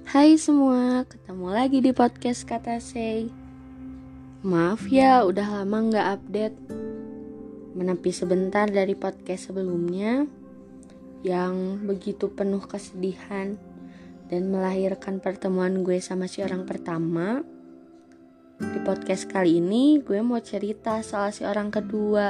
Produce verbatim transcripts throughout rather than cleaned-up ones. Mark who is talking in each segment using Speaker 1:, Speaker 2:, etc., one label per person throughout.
Speaker 1: Hai semua, ketemu lagi di podcast Kata Say. Maaf ya, udah lama gak update. Menepi sebentar dari podcast sebelumnya yang begitu penuh kesedihan dan melahirkan pertemuan gue sama si orang pertama. Di podcast kali ini gue mau cerita soal si orang kedua.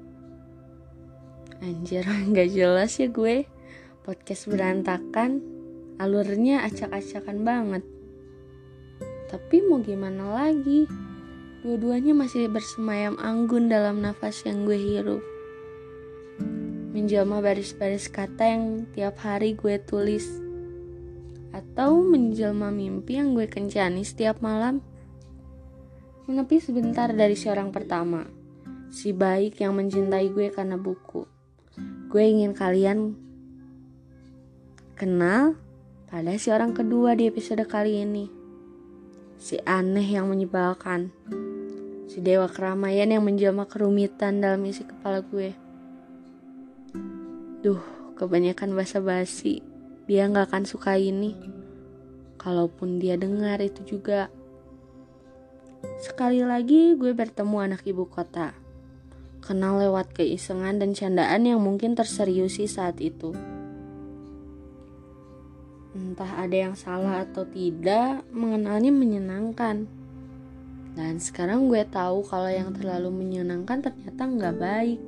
Speaker 1: Anjir, gak jelas ya gue. Podcast berantakan, alurnya acak-acakan banget. Tapi mau gimana lagi? Dua-duanya masih bersemayam anggun dalam nafas yang gue hirup. Menjelma baris-baris kata yang tiap hari gue tulis. Atau menjelma mimpi yang gue kencani setiap malam. Menepi sebentar dari si orang pertama. Si baik yang mencintai gue karena buku. Gue ingin kalian kenal pada si orang kedua di episode kali ini. Si aneh yang menyebalkan. Si dewa keramaian yang menjelma kerumitan dalam isi kepala gue. Duh, kebanyakan basa-basi. Dia gak akan suka ini. Kalaupun dia dengar itu juga. Sekali lagi gue bertemu anak ibu kota. Kenal lewat keisengan dan candaan yang mungkin terseriusi saat itu. Entah ada yang salah atau tidak, mengenalnya menyenangkan. Dan sekarang gue tahu kalau yang terlalu menyenangkan ternyata gak baik.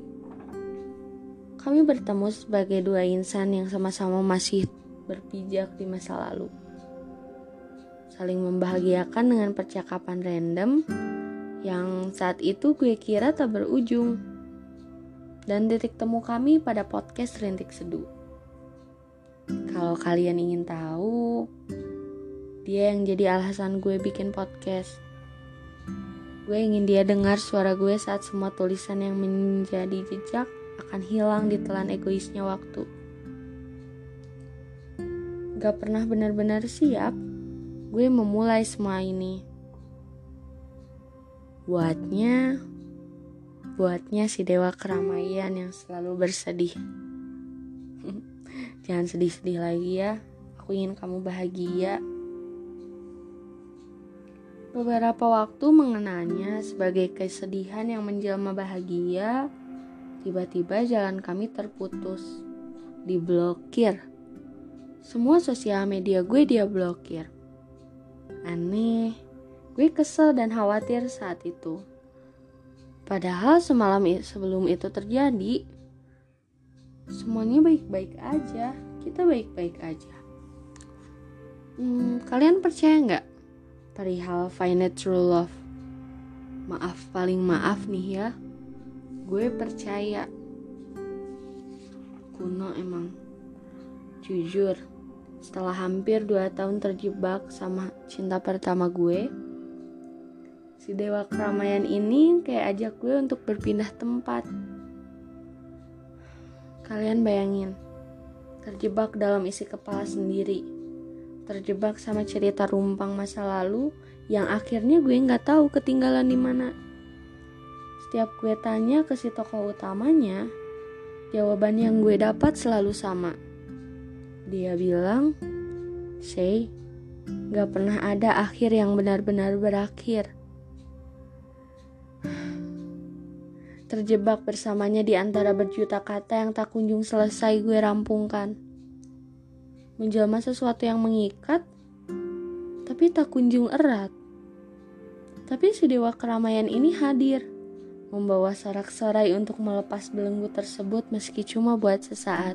Speaker 1: Kami bertemu sebagai dua insan yang sama-sama masih berpijak di masa lalu. Saling membahagiakan dengan percakapan random yang saat itu gue kira tak berujung. Dan titik temu kami pada podcast Rintik Seduh. Kalau kalian ingin tahu, dia yang jadi alasan gue bikin podcast. Gue ingin dia dengar suara gue saat semua tulisan yang menjadi jejak akan hilang ditelan egoisnya waktu. Gak pernah benar-benar siap gue memulai semua ini. Buatnya, buatnya si dewa keramaian yang selalu bersedih. Jangan sedih-sedih lagi ya. Aku ingin kamu bahagia. Beberapa waktu mengenalnya sebagai kesedihan yang menjelma bahagia. Tiba-tiba jalan kami terputus. Diblokir. Semua sosial media gue dia blokir. Aneh. Gue kesel dan khawatir saat itu. Padahal semalam sebelum itu terjadi, semuanya baik-baik aja. Kita baik-baik aja. Hmm, kalian percaya gak perihal find it true love? Maaf, paling maaf nih ya. Gue percaya. Kuno emang. Jujur, setelah hampir dua tahun terjebak sama cinta pertama gue, si dewa keramaian ini kayak ajak gue untuk berpindah tempat. Kalian bayangin, terjebak dalam isi kepala sendiri, terjebak sama cerita rumpang masa lalu yang akhirnya gue nggak tahu ketinggalan di mana. Setiap gue tanya ke si tokoh utamanya, jawaban yang gue dapat selalu sama. Dia bilang, "Say, nggak pernah ada akhir yang benar-benar berakhir." Terjebak bersamanya di antara berjuta kata yang tak kunjung selesai gue rampungkan. Menjelma sesuatu yang mengikat, tapi tak kunjung erat. Tapi si dewa keramaian ini hadir, membawa sorak-sorai untuk melepas belenggu tersebut meski cuma buat sesaat.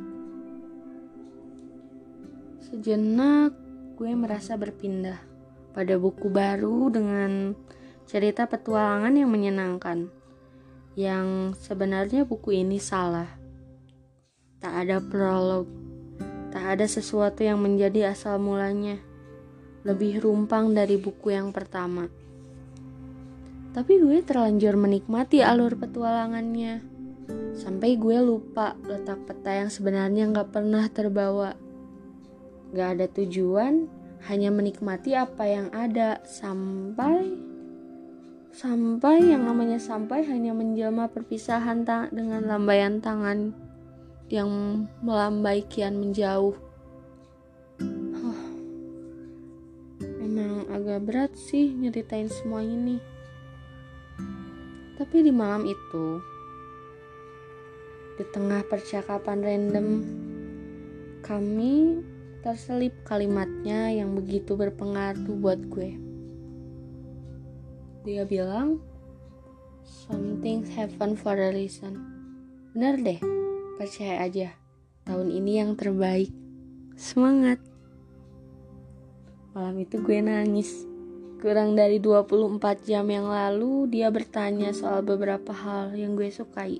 Speaker 1: Sejenak, gue merasa berpindah pada buku baru dengan cerita petualangan yang menyenangkan. Yang sebenarnya buku ini salah. Tak ada prolog, tak ada sesuatu yang menjadi asal mulanya. Lebih rumpang dari buku yang pertama. Tapi gue terlanjur menikmati alur petualangannya. Sampai gue lupa letak peta yang sebenarnya gak pernah terbawa. Gak ada tujuan, hanya menikmati apa yang ada. Sampai... Sampai yang namanya sampai hanya menjelma perpisahan ta- dengan lambaian tangan yang melambai kian menjauh. Huh. agak berat sih nyeritain semua ini. Tapi di malam itu, di tengah percakapan random, kami terselip kalimatnya yang begitu berpengaruh buat gue. Dia bilang, "Some things happen for a reason." Bener deh, percaya aja. Tahun ini yang terbaik. Semangat. Malam itu gue nangis. Kurang dari dua puluh empat jam yang lalu, dia bertanya soal beberapa hal yang gue sukai.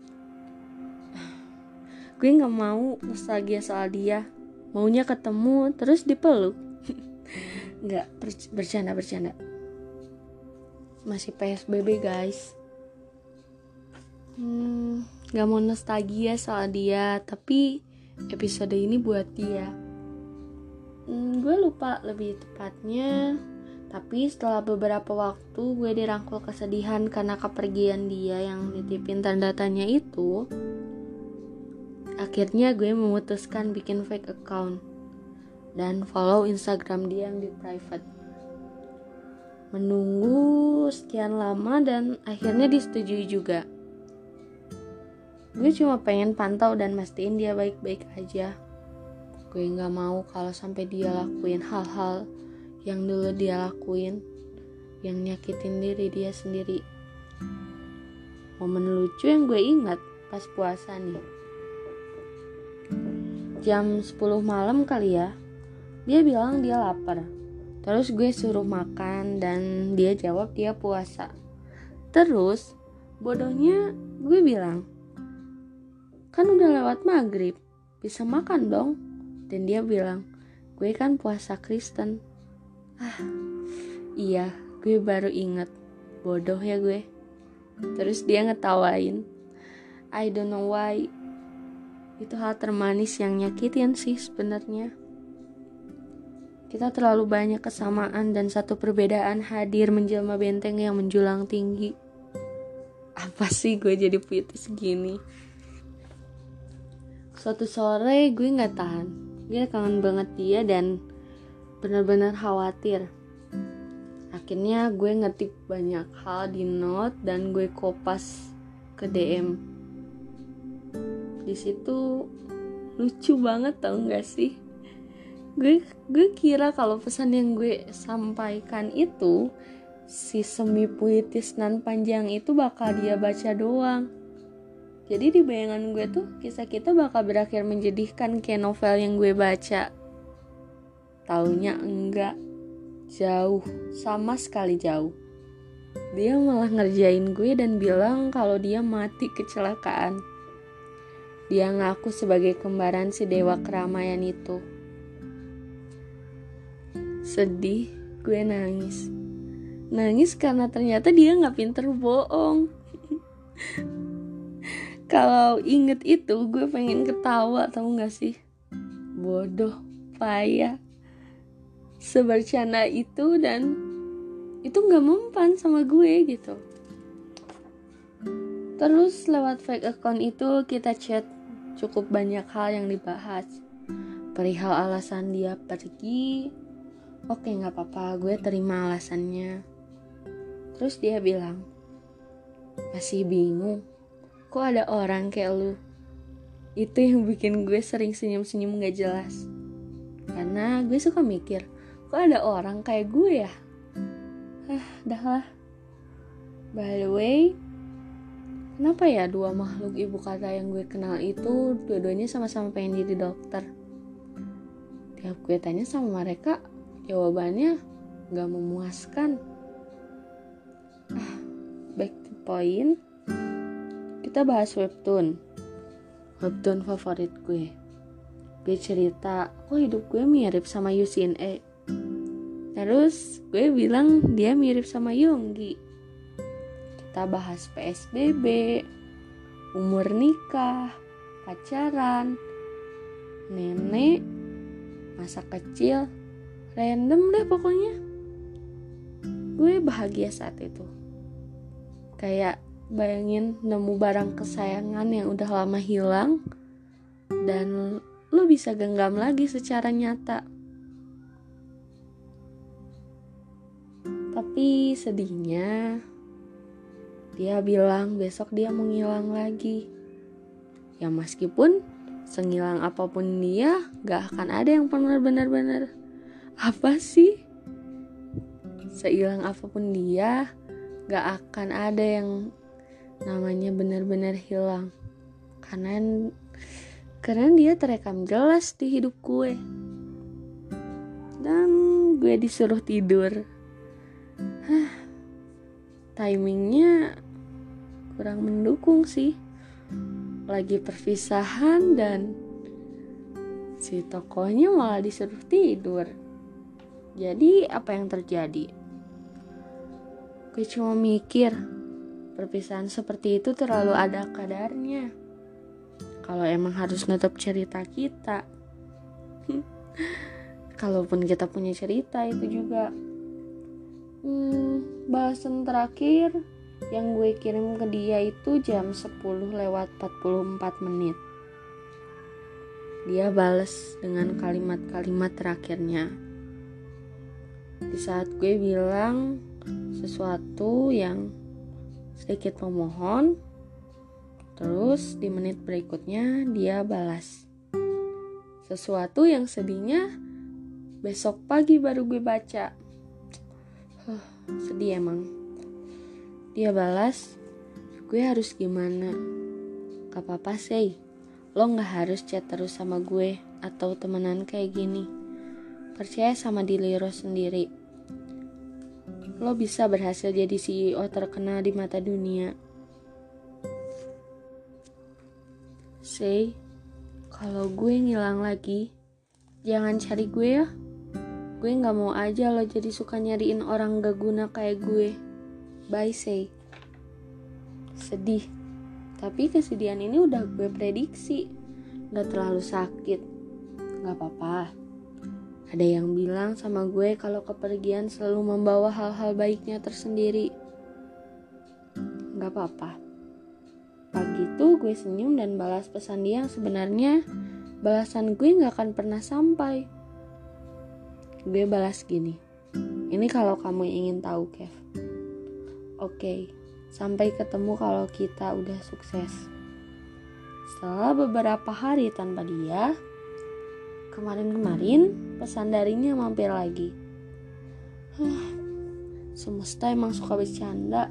Speaker 1: Gue gak mau nostalgia soal dia. Maunya ketemu terus dipeluk. Gak, bercanda-bercanda. Masih P S B B guys. Hmm, gak mau nostalgia soal dia, tapi episode ini buat dia. Hmm, gue lupa lebih tepatnya, tapi setelah beberapa waktu gue dirangkul kesedihan karena kepergian dia yang nitipin tanda tanya itu. Akhirnya gue memutuskan bikin fake account dan follow Instagram dia yang di private. Menunggu sekian lama dan akhirnya disetujui juga. Gue cuma pengen pantau dan mastiin dia baik-baik aja. Gue gak mau kalau sampai dia lakuin hal-hal yang dulu dia lakuin, yang nyakitin diri dia sendiri. Momen lucu yang gue ingat pas puasa nih. Jam sepuluh malam kali ya, dia bilang dia lapar. Terus gue suruh makan dan dia jawab dia puasa. Terus bodohnya gue bilang, "Kan udah lewat maghrib, bisa makan dong." Dan dia bilang, "Gue kan puasa Kristen." Ah, iya, gue baru inget. Bodoh ya gue. Terus dia ngetawain. I don't know why. Itu hal termanis yang nyakitin sih sebenarnya. Kita terlalu banyak kesamaan dan satu perbedaan hadir menjelma benteng yang menjulang tinggi. Apa sih gue jadi puitis gini? Suatu sore gue gak tahan. Gue kangen banget dia dan benar-benar khawatir. Akhirnya gue ngetik banyak hal di note dan gue kopas ke D M. Di situ lucu banget tau gak sih? Gue gue kira kalau pesan yang gue sampaikan itu, si semi puitis nan panjang itu bakal dia baca doang. Jadi di bayangan gue tuh kisah kita bakal berakhir menjadikan kayak novel yang gue baca. Taunya enggak. Jauh, sama sekali jauh. Dia malah ngerjain gue dan bilang kalau dia mati kecelakaan. Dia ngaku sebagai kembaran si dewa keramaian itu. Sedih, gue nangis. Nangis karena ternyata dia gak pinter bohong. Kalau inget itu, gue pengen ketawa, tau gak sih? Bodoh, payah. Sebercanda itu dan itu gak mempan sama gue gitu. Terus lewat fake account itu kita chat. Cukup banyak hal yang dibahas. Perihal alasan dia pergi. Oke, gak apa-apa, gue terima alasannya. Terus dia bilang, "Masih bingung, kok ada orang kayak lu?" Itu yang bikin gue sering senyum-senyum gak jelas. Karena gue suka mikir, kok ada orang kayak gue ya? Ah, dah lah. By the way, kenapa ya dua makhluk ibu kota yang gue kenal itu dua-duanya sama-sama pengen jadi dokter? Tiap gue tanya sama mereka, jawabannya gak memuaskan. Ah, back to point. Kita bahas webtoon. Webtoon favorit gue. Gue cerita, kok hidup gue mirip sama U C N A. Terus gue bilang dia mirip sama Yonggi. Kita bahas P S B B, umur nikah, pacaran, nenek, masa kecil. Random deh pokoknya. Gue bahagia saat itu. Kayak bayangin nemu barang kesayangan yang udah lama hilang dan lo bisa genggam lagi secara nyata. Tapi sedihnya dia bilang besok dia mau ngilang lagi. Ya meskipun sengilang apapun dia, gak akan ada yang pernah benar-benar apa sih? Seilang apapun dia, gak akan ada yang namanya benar-benar hilang. Karena karena dia terekam jelas di hidup gue. Dan gue disuruh tidur. Hah, timingnya kurang mendukung sih. Lagi perpisahan dan si tokohnya malah disuruh tidur. Jadi apa yang terjadi? Gue cuma mikir, perpisahan seperti itu terlalu ada kadarnya. Kalau emang harus nutup cerita kita. Kalaupun kita punya cerita itu juga. Hmm, bahasan terakhir yang gue kirim ke dia itu jam sepuluh lewat empat puluh empat menit. Dia bales dengan kalimat-kalimat terakhirnya. Di saat gue bilang sesuatu yang sedikit memohon, terus di menit berikutnya dia balas sesuatu yang sedihnya besok pagi baru gue baca. Huh, sedih emang. Dia balas, gue harus gimana? Gak apa-apa sih, lo gak harus chat terus sama gue atau temenan kayak gini. Percaya sama diri lo sendiri. Lo bisa berhasil jadi C E O terkenal di mata dunia. Say, kalau gue ngilang lagi, jangan cari gue ya. Gue gak mau aja lo jadi suka nyariin orang gak guna kayak gue. Bye, say. Sedih. Tapi kesedihan ini udah gue prediksi. Gak terlalu sakit. Gak apa-apa. Ada yang bilang sama gue kalau kepergian selalu membawa hal-hal baiknya tersendiri. Gak apa-apa. Pagi itu gue senyum dan balas pesan dia yang sebenarnya balasan gue gak akan pernah sampai. Gue balas gini. Ini kalau kamu ingin tahu, Kev. Oke, sampai ketemu kalau kita udah sukses. Setelah beberapa hari tanpa dia, kemarin-kemarin pesan darinya mampir lagi. Huh, semesta emang suka bercanda.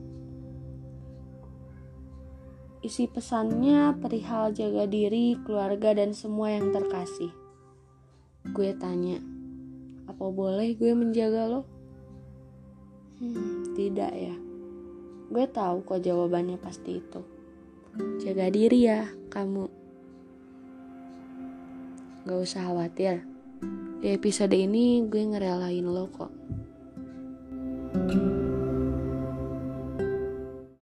Speaker 1: Isi pesannya perihal jaga diri, keluarga, dan semua yang terkasih. Gue tanya, apa boleh gue menjaga lo? Hmm, tidak ya. Gue tahu kok jawabannya pasti itu. Jaga diri ya, kamu. Gak usah khawatir. Di episode ini gue ngerelain lo kok.